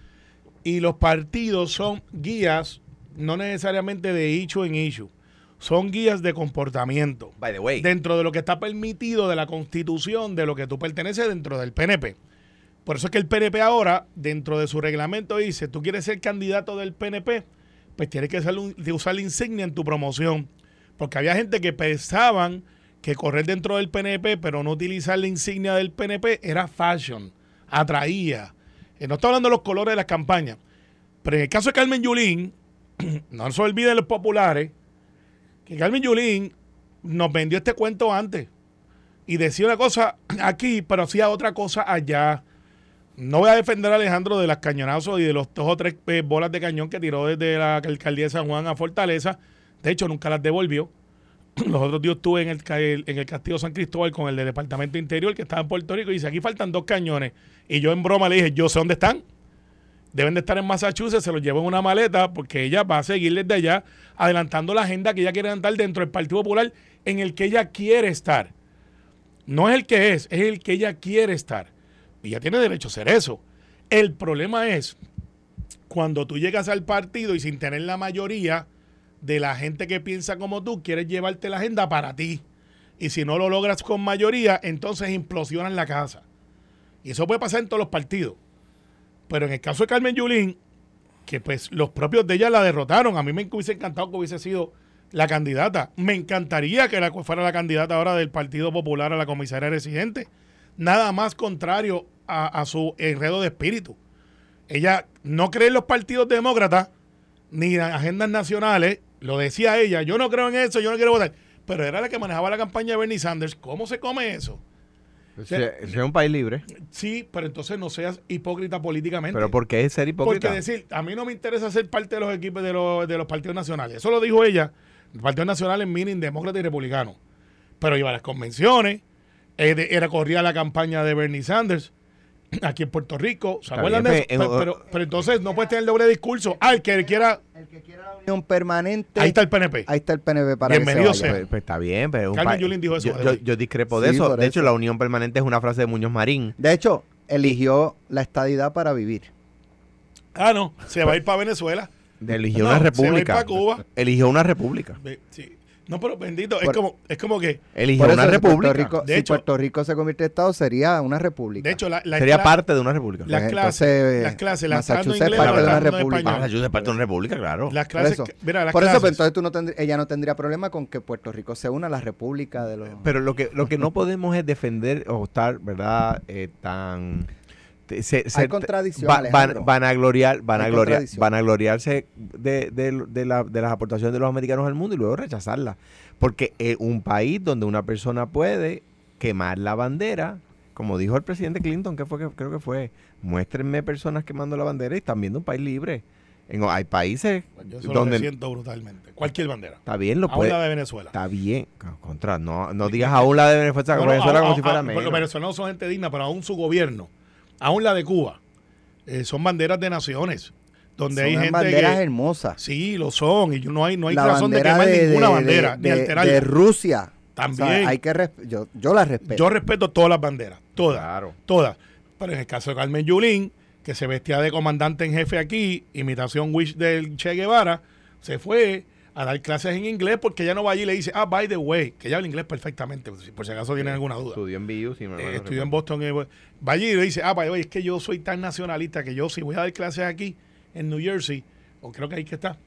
Speaker 4: Y los partidos son guías, no necesariamente de issue en issue. Son guías de comportamiento.
Speaker 3: By the way.
Speaker 4: Dentro de lo que está permitido de la Constitución, de lo que tú perteneces dentro del PNP. Por eso es que el PNP ahora, dentro de su reglamento, dice, tú quieres ser candidato del PNP, pues tienes que usar la insignia en tu promoción. Porque había gente que pensaban que correr dentro del PNP, pero no utilizar la insignia del PNP, era fashion, atraía. No estoy hablando de los colores de las campañas. Pero en el caso de Carmen Yulín, no se olviden los populares, que Carmen Yulín nos vendió este cuento antes. Y decía una cosa aquí, pero hacía otra cosa allá. No voy a defender a Alejandro de las cañonazos y de los 2 o 3 bolas de cañón que tiró desde la alcaldía de San Juan a Fortaleza. De hecho, nunca las devolvió. Los otros días estuve en el Castillo San Cristóbal con el del Departamento Interior que estaba en Puerto Rico y dice, aquí faltan 2 cañones. Y yo en broma le dije, yo sé dónde están. Deben de estar en Massachusetts, se los llevo en una maleta porque ella va a seguir desde allá adelantando la agenda que ella quiere adelantar dentro del Partido Popular en el que ella quiere estar. No es el que es el que ella quiere estar. Y ella tiene derecho a hacer eso. El problema es cuando tú llegas al partido y sin tener la mayoría de la gente que piensa como tú, quieres llevarte la agenda para ti. Y si no lo logras con mayoría, entonces implosionan la casa. Y eso puede pasar en todos los partidos. Pero en el caso de Carmen Yulín, que pues los propios de ella la derrotaron. A mí me hubiese encantado que hubiese sido la candidata. Me encantaría que fuera la candidata ahora del Partido Popular a la comisaría residente. Nada más contrario a su enredo de espíritu. Ella no cree en los partidos demócratas ni en agendas nacionales. Lo decía ella, yo no creo en eso, yo no quiero votar. Pero era la que manejaba la campaña de Bernie Sanders. ¿Cómo se come eso?
Speaker 3: Es un país libre.
Speaker 4: Sí, pero entonces no seas hipócrita políticamente.
Speaker 3: ¿Pero por qué es ser hipócrita?
Speaker 4: Porque decir, a mí no me interesa ser parte de los equipos de los partidos nacionales. Eso lo dijo ella. El Partido Nacional es meaning demócrata y republicano. Pero iba a las convenciones, corría la campaña de Bernie Sanders aquí en Puerto Rico. ¿Se acuerdan de eso? Pero entonces no puedes tener doble discurso. El que quiera
Speaker 2: la unión permanente.
Speaker 4: Ahí está el PNP.
Speaker 2: Ahí está el PNP para
Speaker 4: bienvenido
Speaker 2: que se vaya.
Speaker 3: Pues está bien, pero
Speaker 4: Carmen Yulín dijo eso.
Speaker 3: Yo discrepo de eso. De hecho, la unión permanente es una frase de Muñoz Marín.
Speaker 2: De hecho, eligió la estadidad para vivir.
Speaker 4: No. Se va a ir para Venezuela.
Speaker 3: Eligió una república.
Speaker 4: Se va a ir para Cuba.
Speaker 3: Eligió una república.
Speaker 4: Sí. No, pero bendito, es como que...
Speaker 3: Eligió una república.
Speaker 2: De hecho, Puerto Rico se convierte en Estado, sería una república.
Speaker 4: De hecho,
Speaker 3: sería parte de una república.
Speaker 4: Las clases, las
Speaker 2: Massachusetts parte de una república.
Speaker 3: Massachusetts parte de una república, claro.
Speaker 4: Las clases,
Speaker 2: por eso, pues, entonces ella no tendría problema con que Puerto Rico se una a la república de los...
Speaker 3: Pero lo que no podemos es defender o estar, ¿verdad?
Speaker 2: Hay contradicciones.
Speaker 3: Vanagloriarse de las aportaciones de los americanos al mundo y luego rechazarlas. Porque un país donde una persona puede quemar la bandera, como dijo el presidente Clinton, creo que fue, muéstrenme personas quemando la bandera y están viendo un país libre. Hay países
Speaker 4: yo solo me siento brutalmente. Cualquier bandera.
Speaker 3: Está bien,
Speaker 4: aún la de Venezuela.
Speaker 3: Está bien. No digas aún la de Venezuela, como si fuera menos.
Speaker 4: Los venezolanos son gente digna, pero aún su gobierno, aún la de Cuba, son banderas de naciones. Donde
Speaker 2: son
Speaker 4: hay gente
Speaker 2: banderas hermosas.
Speaker 4: Sí, lo son. Y no hay razón de quemar ninguna bandera, ni alterarla.
Speaker 2: De Rusia.
Speaker 4: También.
Speaker 2: O sea, hay que yo la respeto.
Speaker 4: Yo respeto todas las banderas. Todas.
Speaker 3: Claro.
Speaker 4: Todas. Pero en el caso de Carmen Yulín, que se vestía de comandante en jefe aquí, imitación Wish del Che Guevara, se fue a dar clases en inglés porque ella no va allí y le dice, by the way, que ella habla inglés perfectamente, por si acaso tienen alguna duda.
Speaker 3: Estudió en BU, si
Speaker 4: estudió en Boston. Va allí y le dice, by the way, es que yo soy tan nacionalista que yo si voy a dar clases aquí en New Jersey, o creo que ahí que está,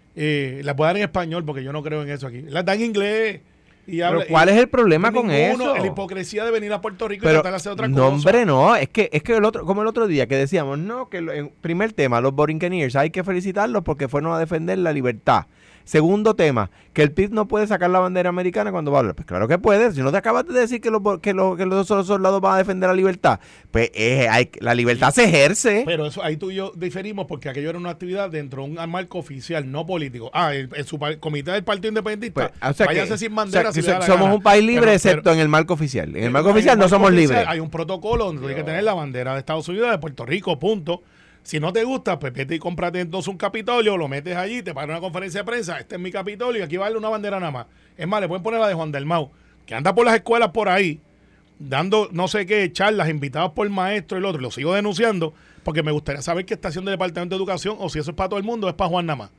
Speaker 4: las voy a dar en español porque yo no creo en eso aquí. Las dan en inglés.
Speaker 3: Pero ¿cuál es el problema con eso?
Speaker 4: La hipocresía de venir a Puerto Rico y
Speaker 3: pero,
Speaker 4: tratar de hacer otra cosa.
Speaker 3: No, hombre, no. Es que como el otro día que decíamos, no, que en primer tema, los Borinqueniers, hay que felicitarlos porque fueron a defender la libertad. Segundo tema, que el PIB no puede sacar la bandera americana cuando va a hablar. Pues claro que puede. Si no te acabas de decir que los soldados van a defender la libertad, pues la libertad se ejerce.
Speaker 4: Pero eso ahí tú y yo diferimos porque aquello era una actividad dentro de un marco oficial, no político. En su comité del Partido Independentista,
Speaker 3: pues,
Speaker 4: váyase sin bandera.
Speaker 3: Somos un país libre excepto en el marco oficial. En el marco oficial no somos libres.
Speaker 4: Hay un protocolo donde hay que tener la bandera de Estados Unidos, de Puerto Rico, punto. Si no te gusta, pues vete y cómprate entonces un Capitolio, lo metes allí, te pagan una conferencia de prensa, este es mi Capitolio y aquí va a darle una bandera nada más. Es más, le pueden poner la de Juan Dalmau, que anda por las escuelas por ahí, dando no sé qué charlas, invitados por el maestro y el otro, lo sigo denunciando, porque me gustaría saber qué está haciendo el Departamento de Educación, o si eso es para todo el mundo, es para Juan nada más.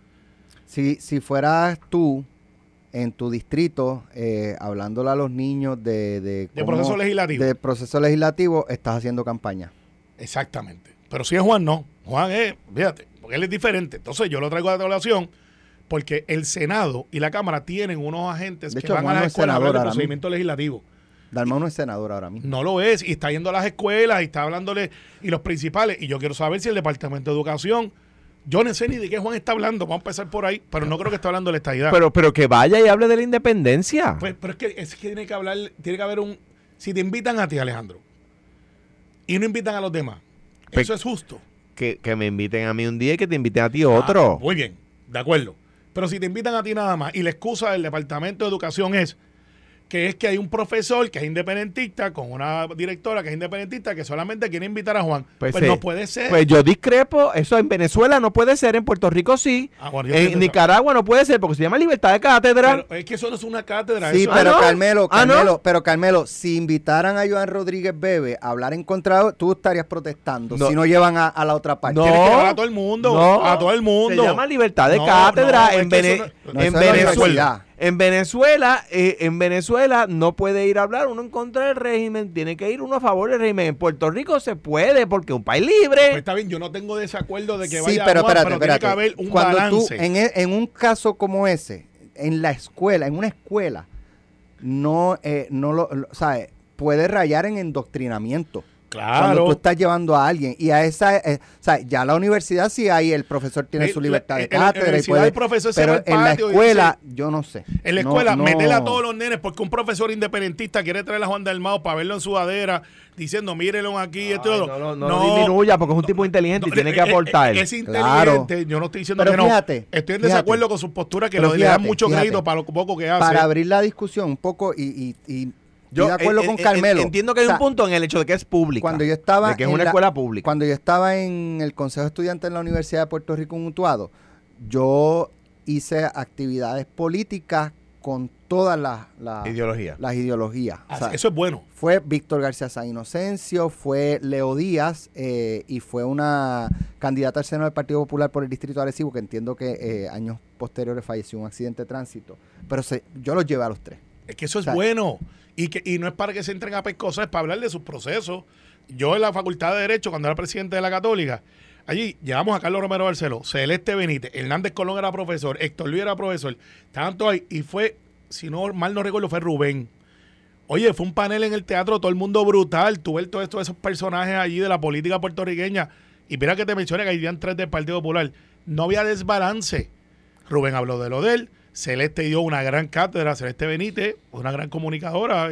Speaker 2: Si fueras tú en tu distrito, hablándole a los niños de
Speaker 4: proceso legislativo.
Speaker 2: De proceso legislativo, estás haciendo campaña.
Speaker 4: Exactamente. Pero si es Juan, no. Juan es, fíjate, porque él es diferente. Entonces yo lo traigo a la colación porque el Senado y la Cámara tienen unos agentes
Speaker 2: de
Speaker 4: que
Speaker 2: hecho,
Speaker 4: van
Speaker 2: Juan
Speaker 4: a las escuelas a hablar de procedimiento
Speaker 2: mismo.
Speaker 4: legislativo.
Speaker 2: Dalmau no es senador ahora mismo.
Speaker 4: No lo es, y está yendo a las escuelas y está hablándole, y los principales, y yo quiero saber si el Departamento de Educación, yo no sé ni de qué Juan está hablando, vamos a empezar por ahí, pero no creo que esté hablando de la estadidad.
Speaker 3: Pero que vaya y hable de la independencia.
Speaker 4: Pues, pero es que tiene que haber si te invitan a ti, Alejandro, y no invitan a los demás, eso es justo.
Speaker 3: Que me inviten a mí un día y que te inviten a ti otro.
Speaker 4: Muy bien, de acuerdo. Pero si te invitan a ti nada más y la excusa del Departamento de Educación es que hay un profesor que es independentista con una directora que es independentista que solamente quiere invitar a Juan. Pues no puede ser.
Speaker 3: Pues yo discrepo. Eso en Venezuela no puede ser, en Puerto Rico sí.
Speaker 4: Bueno,
Speaker 3: en Nicaragua no puede ser porque se llama libertad de cátedra.
Speaker 4: Pero es que eso no es una cátedra.
Speaker 2: Sí,
Speaker 4: eso
Speaker 2: pero
Speaker 3: ¿no?
Speaker 2: Carmelo, si invitaran a Joan Rodríguez Bebe a hablar en contra, tú estarías protestando si no llevan a la otra parte.
Speaker 4: Tienes que llevar a todo el mundo. A todo el mundo.
Speaker 3: Se llama libertad de cátedra en Venezuela. En Venezuela no puede ir a hablar uno en contra del régimen, tiene que ir uno a favor del régimen. En Puerto Rico se puede porque es un país libre.
Speaker 4: Pues está bien, yo no tengo desacuerdo de que vaya
Speaker 2: pero
Speaker 4: Juan,
Speaker 2: espérate.
Speaker 4: Tiene que haber un
Speaker 2: cuando
Speaker 4: balance.
Speaker 2: Tú, en un caso como ese, en la escuela, en una escuela, ¿sabes? Puede rayar en endoctrinamiento.
Speaker 4: Claro.
Speaker 2: Cuando tú estás llevando a alguien y a esa, ya la universidad sí hay, el profesor tiene su libertad de cátedra y puede, pero en la escuela yo no sé.
Speaker 4: En la escuela meter a todos los nenes porque un profesor independentista quiere traer a Juan Dalmau para verlo en sudadera diciendo mírenlo aquí
Speaker 3: no disminuya porque es un tipo inteligente y tiene que aportar.
Speaker 4: Es inteligente, yo no estoy diciendo que no. Estoy en desacuerdo con su postura que le da mucho crédito para lo poco que hace.
Speaker 2: Para abrir la discusión un poco y yo de acuerdo con Carmelo.
Speaker 3: Entiendo que hay un punto en el hecho de que es pública.
Speaker 2: Cuando yo estaba
Speaker 3: de que es una escuela pública.
Speaker 2: Cuando yo estaba en el Consejo de Estudiantes en la Universidad de Puerto Rico en Utuado, yo hice actividades políticas con todas las
Speaker 3: Ideología.
Speaker 2: ideologías. O sea,
Speaker 4: eso es bueno.
Speaker 2: fue Víctor García San Inocencio, fue Leo Díaz y fue una candidata al Senado del Partido Popular por el Distrito de Arecibo, que entiendo que años posteriores falleció en un accidente de tránsito. Pero yo los llevé a los tres.
Speaker 4: Es que eso es bueno. Y no es para que se entren a pescosas, es para hablar de sus procesos. Yo en la Facultad de Derecho, cuando era presidente de la Católica, allí llevamos a Carlos Romero Barceló, Celeste Benítez, Hernández Colón era profesor, Héctor Luis era profesor, estaban todos ahí, y fue, si no mal no recuerdo, fue Rubén. Oye, fue un panel en el teatro, todo el mundo brutal, tú ves todos esos personajes allí de la política puertorriqueña, y mira que te mencioné que habían 3 del Partido Popular, no había desbalance. Rubén habló de lo de él, Celeste dio una gran cátedra, Celeste Benítez, una gran comunicadora,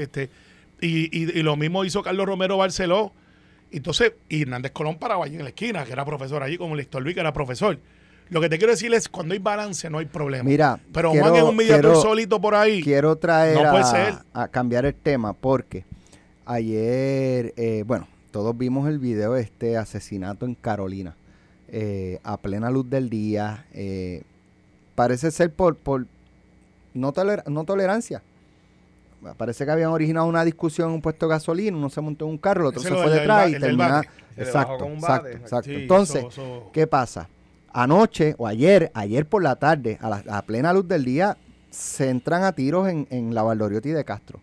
Speaker 4: y lo mismo hizo Carlos Romero Barceló. Entonces, y Hernández Colón paraba allí en la esquina, que era profesor allí, como Héctor Luis, que era profesor. Lo que te quiero decir es, cuando hay balance, no hay problema.
Speaker 2: Mira,
Speaker 4: pero Juan es un mediador solito por ahí.
Speaker 2: Quiero traer
Speaker 4: no puede ser.
Speaker 2: a cambiar el tema, porque ayer, todos vimos el video de este asesinato en Carolina, a plena luz del día. Parece ser por no tolerancia. Parece que habían originado una discusión en un puesto de gasolina, uno se montó en un carro, el otro se fue detrás y termina. Exacto.
Speaker 4: Sí,
Speaker 2: entonces, ¿qué pasa? Anoche o ayer por la tarde, a plena luz del día, se entran a tiros en la Valdoriotti de Castro.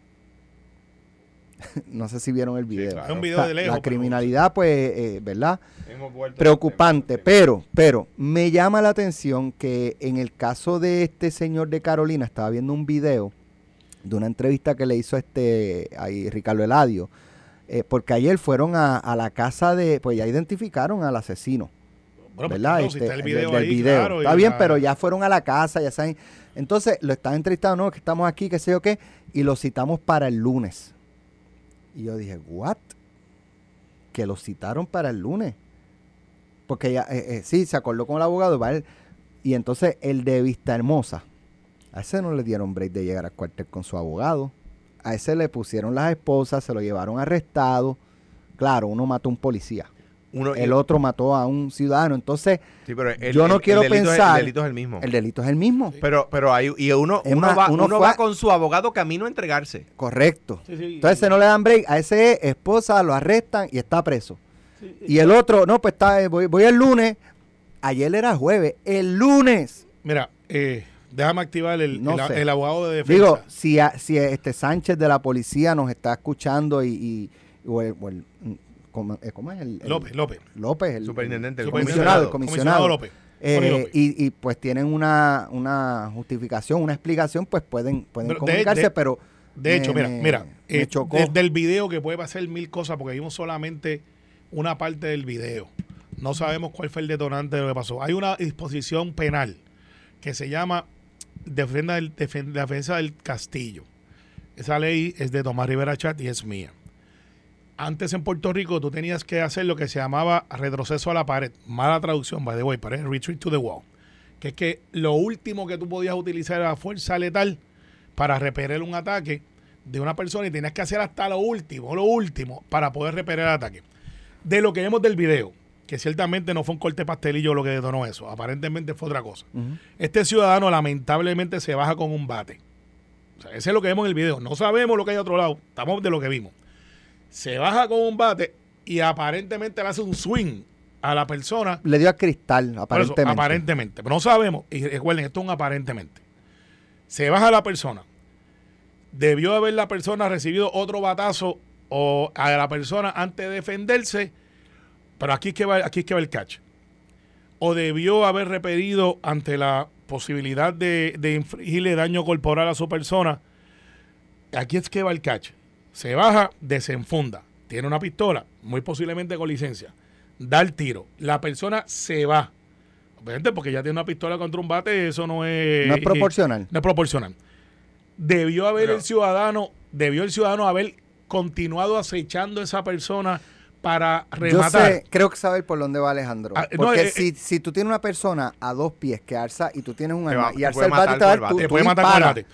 Speaker 2: No sé si vieron el video.
Speaker 4: Sí, claro. Es un video de lejos.
Speaker 2: La criminalidad, pues, ¿verdad? Preocupante, pero me llama la atención que en el caso de este señor de Carolina, estaba viendo un video de una entrevista que le hizo ahí Ricardo Eladio, porque ayer fueron a la casa pues ya identificaron al asesino. Bueno,
Speaker 4: ¿verdad?
Speaker 2: Pues,
Speaker 4: si está el video
Speaker 2: del
Speaker 4: ahí,
Speaker 2: video.
Speaker 4: Claro,
Speaker 2: está bien, pero ya fueron a la casa, ya saben. Entonces, lo están entrevistando, no, que estamos aquí, qué sé yo qué, y lo citamos para el lunes. Y yo dije, ¿what? Que lo citaron para el lunes. Porque ya, sí, se acordó con el abogado, y entonces el de Vista Hermosa, a ese no le dieron break de llegar al cuartel con su abogado. A ese le pusieron las esposas, se lo llevaron arrestado. Claro, uno mató a un policía. El otro mató a un ciudadano. Entonces,
Speaker 3: sí, pero
Speaker 2: yo no quiero pensar...
Speaker 3: El delito es el mismo.
Speaker 2: El delito es el mismo.
Speaker 3: Pero hay, y uno va con su abogado camino a entregarse.
Speaker 2: Correcto.
Speaker 4: Sí, sí,
Speaker 2: entonces, no le dan break. A ese esposa lo arrestan y está preso. Sí, y el otro, no, pues voy el lunes. Ayer era jueves. El lunes.
Speaker 4: Mira, déjame activar el abogado de defensa.
Speaker 2: Digo, si este Sánchez de la policía nos está escuchando ¿cómo es? López, el
Speaker 3: superintendente,
Speaker 2: el comisionado.
Speaker 4: López.
Speaker 2: Y pues tienen una justificación, una explicación, pues pueden comunicarse, pero...
Speaker 4: De hecho, mira, me chocó. Del video, que puede pasar 1000 cosas, porque vimos solamente una parte del video. No sabemos cuál fue el detonante de lo que pasó. Hay una disposición penal que se llama Defensa del Castillo. Esa ley es de Tomás Rivera Chat y es mía. Antes en Puerto Rico tú tenías que hacer lo que se llamaba retroceso a la pared. Mala traducción, by the way, pero es retreat to the wall. Que es que lo último que tú podías utilizar era fuerza letal para repeler un ataque de una persona, y tenías que hacer hasta lo último para poder repeler el ataque. De lo que vemos del video, que ciertamente no fue un corte pastelillo lo que detonó eso, aparentemente fue otra cosa. Uh-huh. Este ciudadano lamentablemente se baja con un bate. O sea, ese es lo que vemos en el video. No sabemos lo que hay a otro lado, estamos de lo que vimos. Se baja con un bate y aparentemente le hace un swing a la persona.
Speaker 2: Le dio a cristal, aparentemente.
Speaker 4: Eso, aparentemente, pero no sabemos. Y recuerden, esto es un aparentemente. Se baja la persona. Debió haber la persona recibido otro batazo o a la persona antes de defenderse, pero aquí es que va el catch. O debió haber repelido ante la posibilidad de infligirle daño corporal a su persona. Aquí es que va el catch. Se baja, desenfunda, tiene una pistola, muy posiblemente con licencia, da el tiro, la persona se va, obviamente porque ya tiene una pistola contra un bate, eso no es...
Speaker 2: No es proporcional.
Speaker 4: No es proporcional. Debió el ciudadano haber continuado acechando a esa persona para rematar.
Speaker 2: Yo creo que saber por dónde va Alejandro. Porque si tú tienes una persona a 2 pies que alza y tú tienes un arma y alza el bate,
Speaker 4: te puede matar con el bate.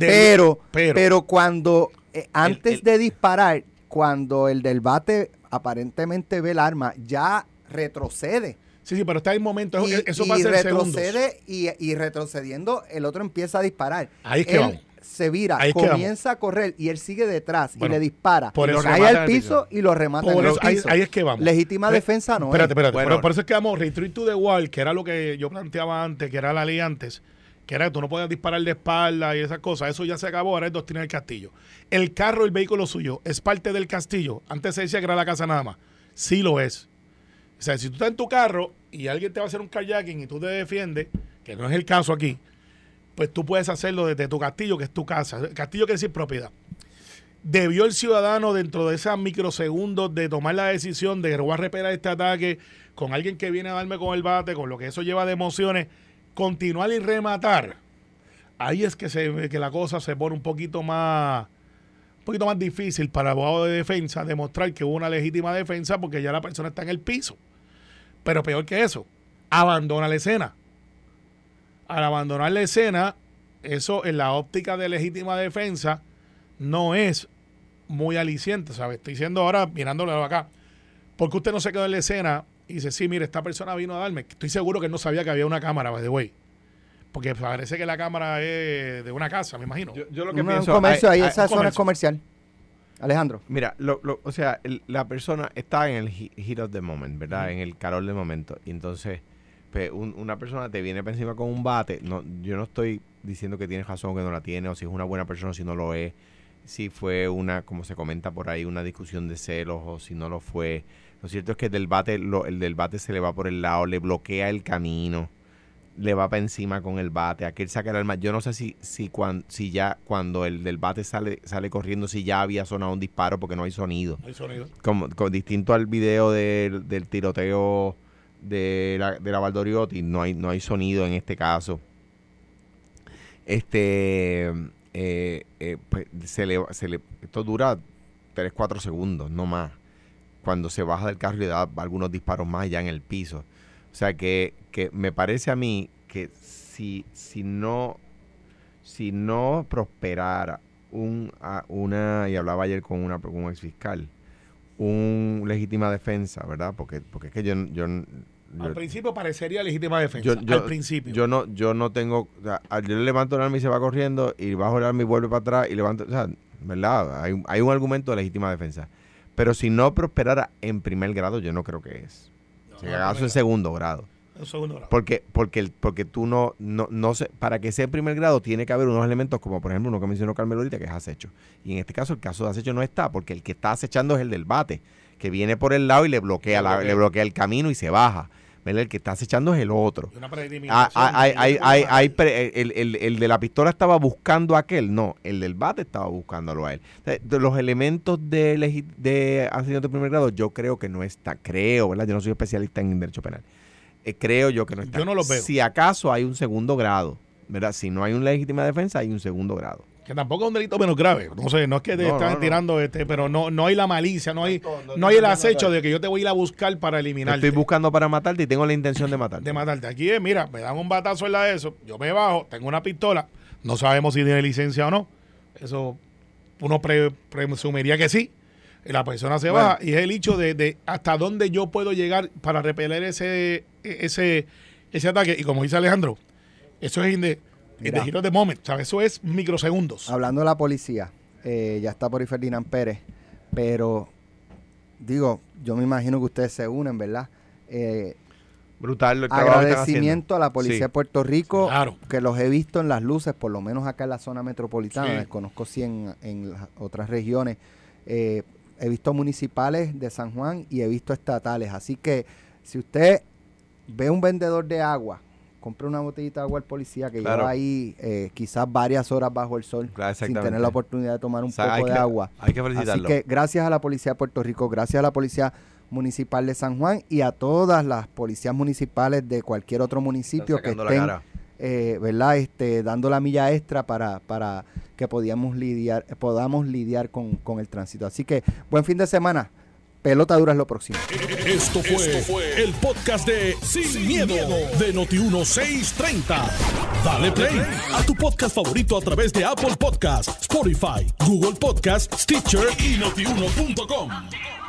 Speaker 2: Pero cuando... antes de disparar, cuando el del bate aparentemente ve el arma, ya retrocede.
Speaker 4: Sí, pero está en el momento, eso pasa en segundos.
Speaker 2: Y retrocediendo, el otro empieza a disparar.
Speaker 4: Ahí es que vamos.
Speaker 2: se vira,
Speaker 4: Ahí
Speaker 2: comienza a correr y él sigue detrás y le dispara.
Speaker 4: Por
Speaker 2: y
Speaker 4: eso
Speaker 2: cae
Speaker 3: remata
Speaker 2: al
Speaker 3: en el
Speaker 2: piso y lo remata
Speaker 4: Por
Speaker 2: en el
Speaker 4: eso,
Speaker 2: piso.
Speaker 4: ahí es que vamos.
Speaker 2: Legítima defensa no
Speaker 4: Espérate.
Speaker 3: Bueno.
Speaker 4: Por eso es que vamos, retreat to the wall, que era lo que yo planteaba antes, que era la ley antes, que era que tú no podías disparar de espalda y esas cosas. Eso ya se acabó, ahora es doctrina del castillo. El carro, el vehículo suyo, ¿es parte del castillo? Antes se decía que era la casa nada más. Sí lo es. O sea, si tú estás en tu carro y alguien te va a hacer un carjacking y tú te defiendes, que no es el caso aquí, pues tú puedes hacerlo desde tu castillo, que es tu casa. El castillo quiere decir propiedad. ¿Debió el ciudadano, dentro de esos microsegundos, de tomar la decisión de que voy a repeler este ataque con alguien que viene a darme con el bate, con lo que eso lleva de emociones, continuar y rematar? Ahí es que la cosa se pone un poquito más difícil para el abogado de defensa demostrar que hubo una legítima defensa, porque ya la persona está en el piso. Pero peor que eso, abandona la escena. Al abandonar la escena, eso en la óptica de legítima defensa no es muy aliciente, ¿sabes? Estoy diciendo ahora, mirándolo acá, ¿por qué usted no se quedó en la escena y dice, sí, mire, esta persona vino a darme? Estoy seguro que él no sabía que había una cámara, by the way. Porque parece que la cámara es de una casa, me imagino.
Speaker 3: Yo lo que
Speaker 2: Un
Speaker 3: pienso...
Speaker 2: comercio, ahí esa
Speaker 4: un
Speaker 2: zona es
Speaker 4: comercio.
Speaker 2: comercial. Alejandro.
Speaker 3: Mira, o sea, la persona está en el heat of the moment, ¿verdad? En el calor del momento. Y entonces, pues, una persona te viene por encima con un bate. No, yo no estoy diciendo que tienes razón o que no la tiene, o si es una buena persona o si no lo es. Si fue como se comenta por ahí, una discusión de celos o si no lo fue. Lo cierto es que el del bate se le va por el lado, le bloquea el camino, le va para encima con el bate, aquel saca el arma. Yo no sé si ya cuando el del bate sale corriendo, si ya había sonado un disparo, porque no hay sonido.
Speaker 4: No hay sonido.
Speaker 3: Como distinto al video del tiroteo de la Valdoriotti, no hay sonido en este caso. Pues esto dura 3-4 segundos, no más. Cuando se baja del carro y le da algunos disparos más ya en el piso. O sea que me parece a mí que si no prosperara y hablaba ayer con un ex fiscal, un legítima defensa, ¿verdad? Porque es que yo
Speaker 4: al principio parecería legítima defensa. Al principio.
Speaker 3: Yo no tengo... O sea, yo le levanto el arma y se va corriendo, y bajo el arma y vuelve para atrás y levanto... O sea, ¿verdad? Hay un argumento de legítima defensa. Pero si no prosperara en primer grado, yo no creo que es. Si acaso en segundo grado.
Speaker 4: En segundo grado.
Speaker 3: Porque tú no sé, para que sea en primer grado tiene que haber unos elementos como, por ejemplo, uno que mencionó Carmelo ahorita, que es acecho. Y en este caso, el caso de acecho no está, porque el que está acechando es el del bate, que viene por el lado y le bloquea el camino y se baja. ¿Verdad? El que está acechando es el otro.
Speaker 4: Una prediscriminación.
Speaker 3: El de la pistola estaba buscando a aquel, no, el del bate estaba buscándolo a él. O sea, de los elementos de asesinato de primer grado, yo creo que no está, ¿verdad? Yo no soy especialista en derecho penal. Creo yo que no está.
Speaker 4: Yo no lo veo.
Speaker 3: Si acaso hay un segundo grado, ¿verdad? Si no hay una legítima defensa, hay un segundo grado.
Speaker 4: Que tampoco es un delito menos grave. No sé, no es que te están tirando, pero no hay la malicia, no hay el acecho de que yo te voy a ir a buscar para eliminarte.
Speaker 3: Estoy buscando para matarte y tengo la intención de matarte.
Speaker 4: De matarte. Aquí es, mira, me dan un batazo en la de eso, yo me bajo, tengo una pistola, no sabemos si tiene licencia o no. Eso uno presumiría que sí. Y la persona se baja y es el hecho de hasta dónde yo puedo llegar para repeler ese ataque. Y como dice Alejandro, eso es de giro de moment, ¿sabes? Eso es microsegundos.
Speaker 2: Hablando de la policía, ya está por ahí Ferdinand Pérez, pero digo, yo me imagino que ustedes se unen, ¿verdad?
Speaker 3: Brutal el trabajo que están
Speaker 2: Agradecimiento a la policía de Puerto Rico,
Speaker 4: claro,
Speaker 2: que los he visto en las luces, por lo menos acá en la zona metropolitana,
Speaker 4: sí.
Speaker 2: Desconozco si en las otras regiones. He visto municipales de San Juan y he visto estatales, así que si usted ve un vendedor de agua, compre una botellita de agua al policía que lleva ahí quizás varias horas bajo el sol sin tener la oportunidad de tomar un poco de agua.
Speaker 3: Hay que felicitarlo.
Speaker 2: Así que gracias a la policía de Puerto Rico, gracias a la policía municipal de San Juan y a todas las policías municipales de cualquier otro municipio que estén ¿verdad? Dando la milla extra para que podamos lidiar con el tránsito. Así que buen fin de semana. Pelota dura es lo próximo.
Speaker 1: Esto fue el podcast de Sin Miedo de Noti1630. Dale play a tu podcast favorito a través de Apple Podcasts, Spotify, Google Podcasts, Stitcher y Notiuno.com.